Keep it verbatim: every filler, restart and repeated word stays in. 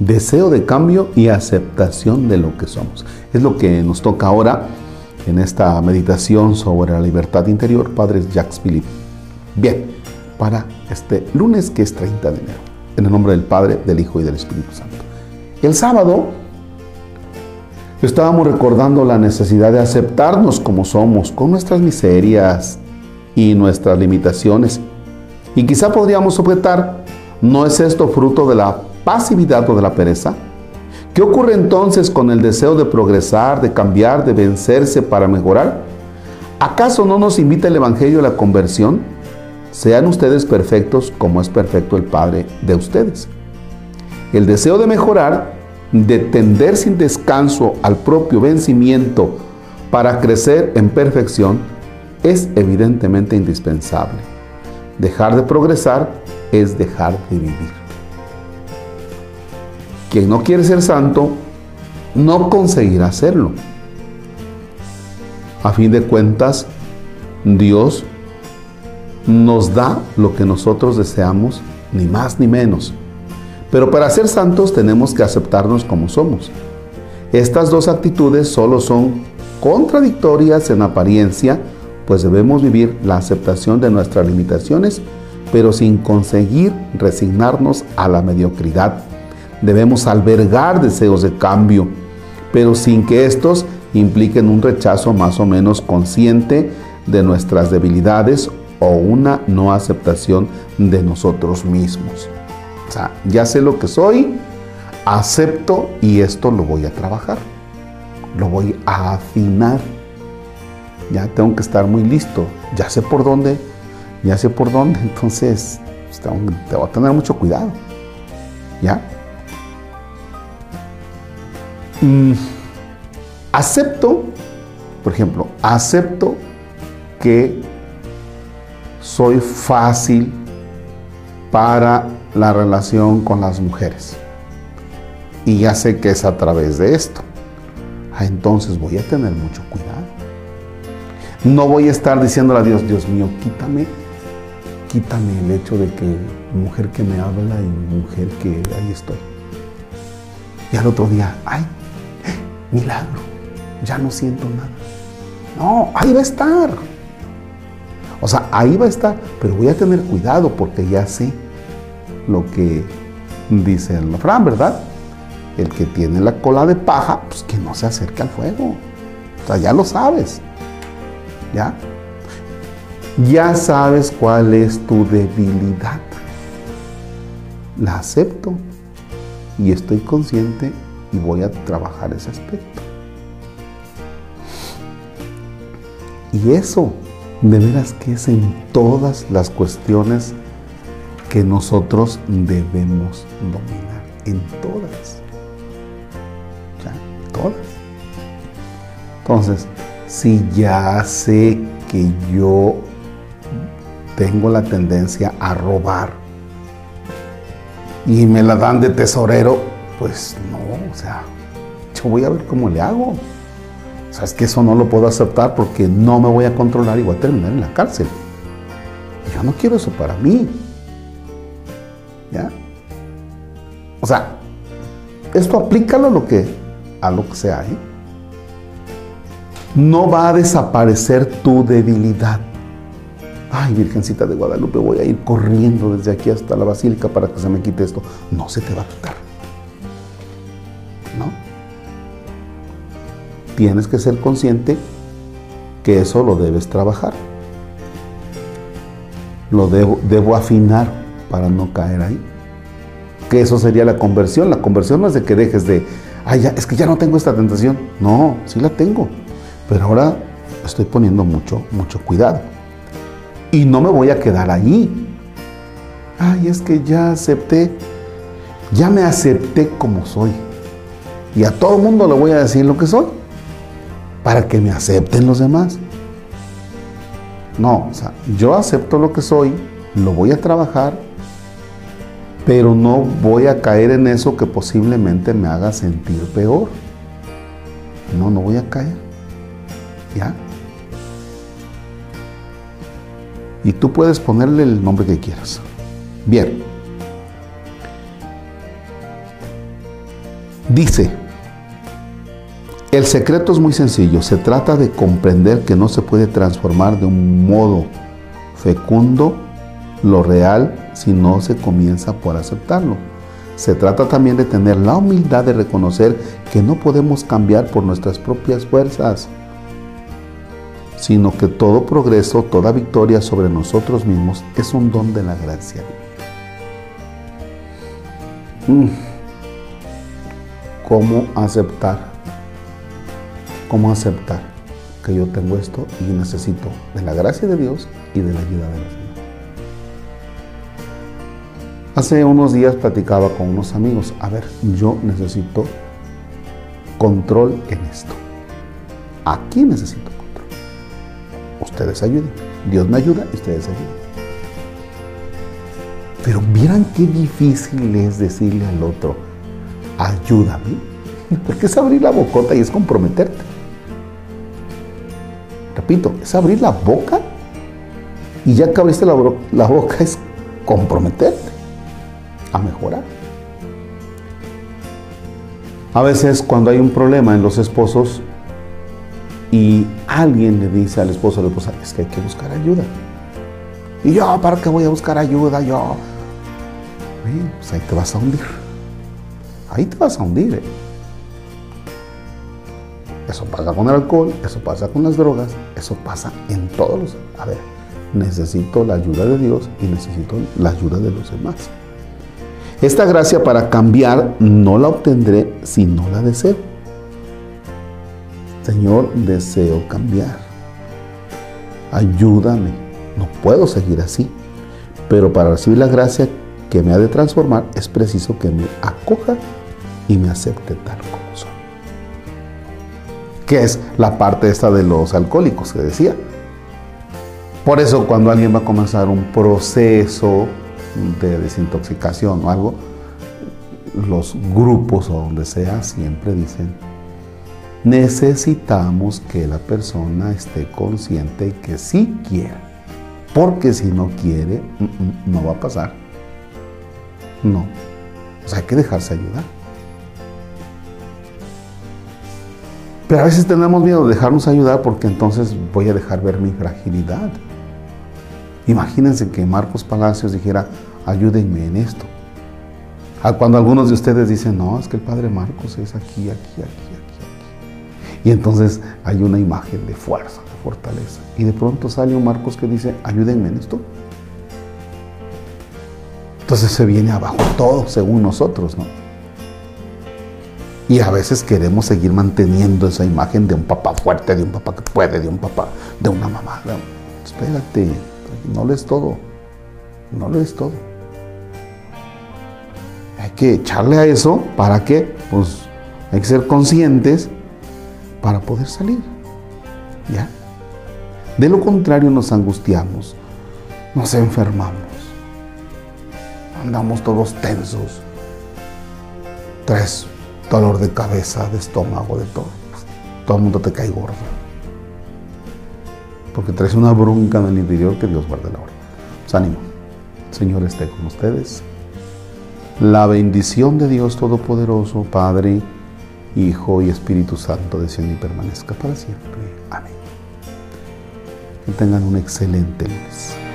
deseo de cambio y aceptación de lo que somos. Es lo que nos toca ahora en esta meditación sobre la libertad interior, Padre Jacques Philippe. Bien, para este lunes que es treinta de enero, en el nombre del Padre, del Hijo y del Espíritu Santo. El sábado estábamos recordando la necesidad de aceptarnos como somos, con nuestras miserias y nuestras limitaciones. Y quizá podríamos objetar, ¿no es esto fruto de la pasividad o de la pereza? ¿Qué ocurre entonces con el deseo de progresar, de cambiar, de vencerse para mejorar? ¿Acaso no nos invita el Evangelio a la conversión? Sean ustedes perfectos como es perfecto el Padre de ustedes. El deseo de mejorar, de tender sin descanso al propio vencimiento para crecer en perfección, es evidentemente indispensable. Dejar de progresar es dejar de vivir. Quien no quiere ser santo, no conseguirá hacerlo. A fin de cuentas, Dios nos da lo que nosotros deseamos, ni más ni menos. Pero para ser santos tenemos que aceptarnos como somos. Estas dos actitudes solo son contradictorias en apariencia, pues debemos vivir la aceptación de nuestras limitaciones, pero sin conseguir resignarnos a la mediocridad. Debemos albergar deseos de cambio, pero sin que estos impliquen un rechazo más o menos consciente de nuestras debilidades o una no aceptación de nosotros mismos. O sea, ya sé lo que soy, acepto y esto lo voy a trabajar, lo voy a afinar. Ya tengo que estar muy listo, ya sé por dónde, ya sé por dónde, entonces pues, tengo, tengo que tener mucho cuidado. ¿Ya? Mm, acepto, por ejemplo, acepto que soy fácil para la relación con las mujeres y ya sé que es a través de esto. Ah, entonces voy a tener mucho cuidado. No voy a estar diciéndole a Dios, Dios mío, quítame, quítame el hecho de que mujer que me habla y mujer que ahí estoy. Y al otro día, ay, milagro, ya no siento nada. No, ahí va a estar. O sea, ahí va a estar, pero voy a tener cuidado porque ya sé lo que dice el refrán, ¿verdad? El que tiene la cola de paja, pues que no se acerque al fuego. O sea, ya lo sabes. ¿Ya? Ya sabes cuál es tu debilidad. La acepto y estoy consciente y voy a trabajar ese aspecto. Y eso, de veras que es en todas las cuestiones que nosotros debemos dominar, en todas. ¿Ya? Todas. Entonces, si ya sé que yo tengo la tendencia a robar y me la dan de tesorero, pues no, o sea, yo voy a ver cómo le hago. O sea, es que eso no lo puedo aceptar porque no me voy a controlar y voy a terminar en la cárcel. Y yo no quiero eso para mí. ¿Ya? O sea, esto aplícalo a lo que, a lo que sea, ¿eh? No va a desaparecer tu debilidad. Ay, Virgencita de Guadalupe, voy a ir corriendo desde aquí hasta la basílica para que se me quite esto. No se te va a quitar. ¿No? Tienes que ser consciente que eso lo debes trabajar. Lo debo, debo afinar para no caer ahí. Que eso sería la conversión. La conversión no es de que dejes de, ay, ya, es que ya no tengo esta tentación. No, sí la tengo. Pero ahora estoy poniendo mucho, mucho cuidado. Y no me voy a quedar ahí. Ay, es que ya acepté, ya me acepté como soy. Y a todo el mundo le voy a decir lo que soy, para que me acepten los demás. No, o sea, yo acepto lo que soy, lo voy a trabajar, pero no voy a caer en eso que posiblemente me haga sentir peor. No, no voy a caer. ¿Ya? Y tú puedes ponerle el nombre que quieras. Bien. Dice, el secreto es muy sencillo. Se trata de comprender que no se puede transformar de un modo fecundo lo real si no se comienza por aceptarlo. Se trata también de tener la humildad de reconocer que no podemos cambiar por nuestras propias fuerzas, sino que todo progreso, toda victoria sobre nosotros mismos es un don de la gracia divina. Mm. ¿Cómo aceptar? ¿Cómo aceptar que yo tengo esto y necesito de la gracia de Dios y de la ayuda de los demás? Hace unos días platicaba con unos amigos. A ver, yo necesito control en esto. Aquí necesito control. Ustedes ayuden. Dios me ayuda y ustedes ayuden. Pero vieran qué difícil es decirle al otro, ayúdame. Porque es abrir la bocota y es comprometerte. Repito, es abrir la boca y ya que abriste la, la boca es comprometerte a mejorar. A veces cuando hay un problema en los esposos y alguien le dice al esposo o a la esposa, es que hay que buscar ayuda. Y yo, ¿para qué voy a buscar ayuda? Yo, bien, pues ahí te vas a hundir. Ahí te vas a hundir. ¿eh? Eso pasa con el alcohol, eso pasa con las drogas, eso pasa en todos los... A ver, necesito la ayuda de Dios y necesito la ayuda de los demás. Esta gracia para cambiar no la obtendré si no la deseo. Señor, deseo cambiar. Ayúdame. No puedo seguir así. Pero para recibir la gracia que me ha de transformar, es preciso que me acoja y me acepte tal como soy. Que es la parte esta de los alcohólicos que decía. Por eso cuando alguien va a comenzar un proceso de desintoxicación o algo, los grupos o donde sea siempre dicen, necesitamos que la persona esté consciente que sí quiere, porque si no quiere, no va a pasar. No, o sea, hay que dejarse ayudar. Pero a veces tenemos miedo de dejarnos ayudar porque entonces voy a dejar ver mi fragilidad. Imagínense que Marcos Palacios dijera, ayúdenme en esto. Cuando algunos de ustedes dicen, no, es que el Padre Marcos es aquí, aquí, aquí, aquí, aquí. Y entonces hay una imagen de fuerza, de fortaleza. Y de pronto sale un Marcos que dice, ayúdenme en esto. Entonces se viene abajo todo según nosotros, ¿no? Y a veces queremos seguir manteniendo esa imagen de un papá fuerte, de un papá que puede, de un papá, de una mamá. No, espérate, no lo es todo. No lo es todo. Hay que echarle a eso. ¿Para qué? Pues hay que ser conscientes para poder salir. ¿Ya? De lo contrario nos angustiamos, nos enfermamos, andamos todos tensos, traes dolor de cabeza, de estómago, de todo. Todo el mundo te cae gordo. Porque traes una bronca en el interior que Dios guarde la hora. Pues ánimo. El Señor esté con ustedes. La bendición de Dios Todopoderoso, Padre, Hijo y Espíritu Santo, descienda y permanezca para siempre. Amén. Que tengan un excelente lunes.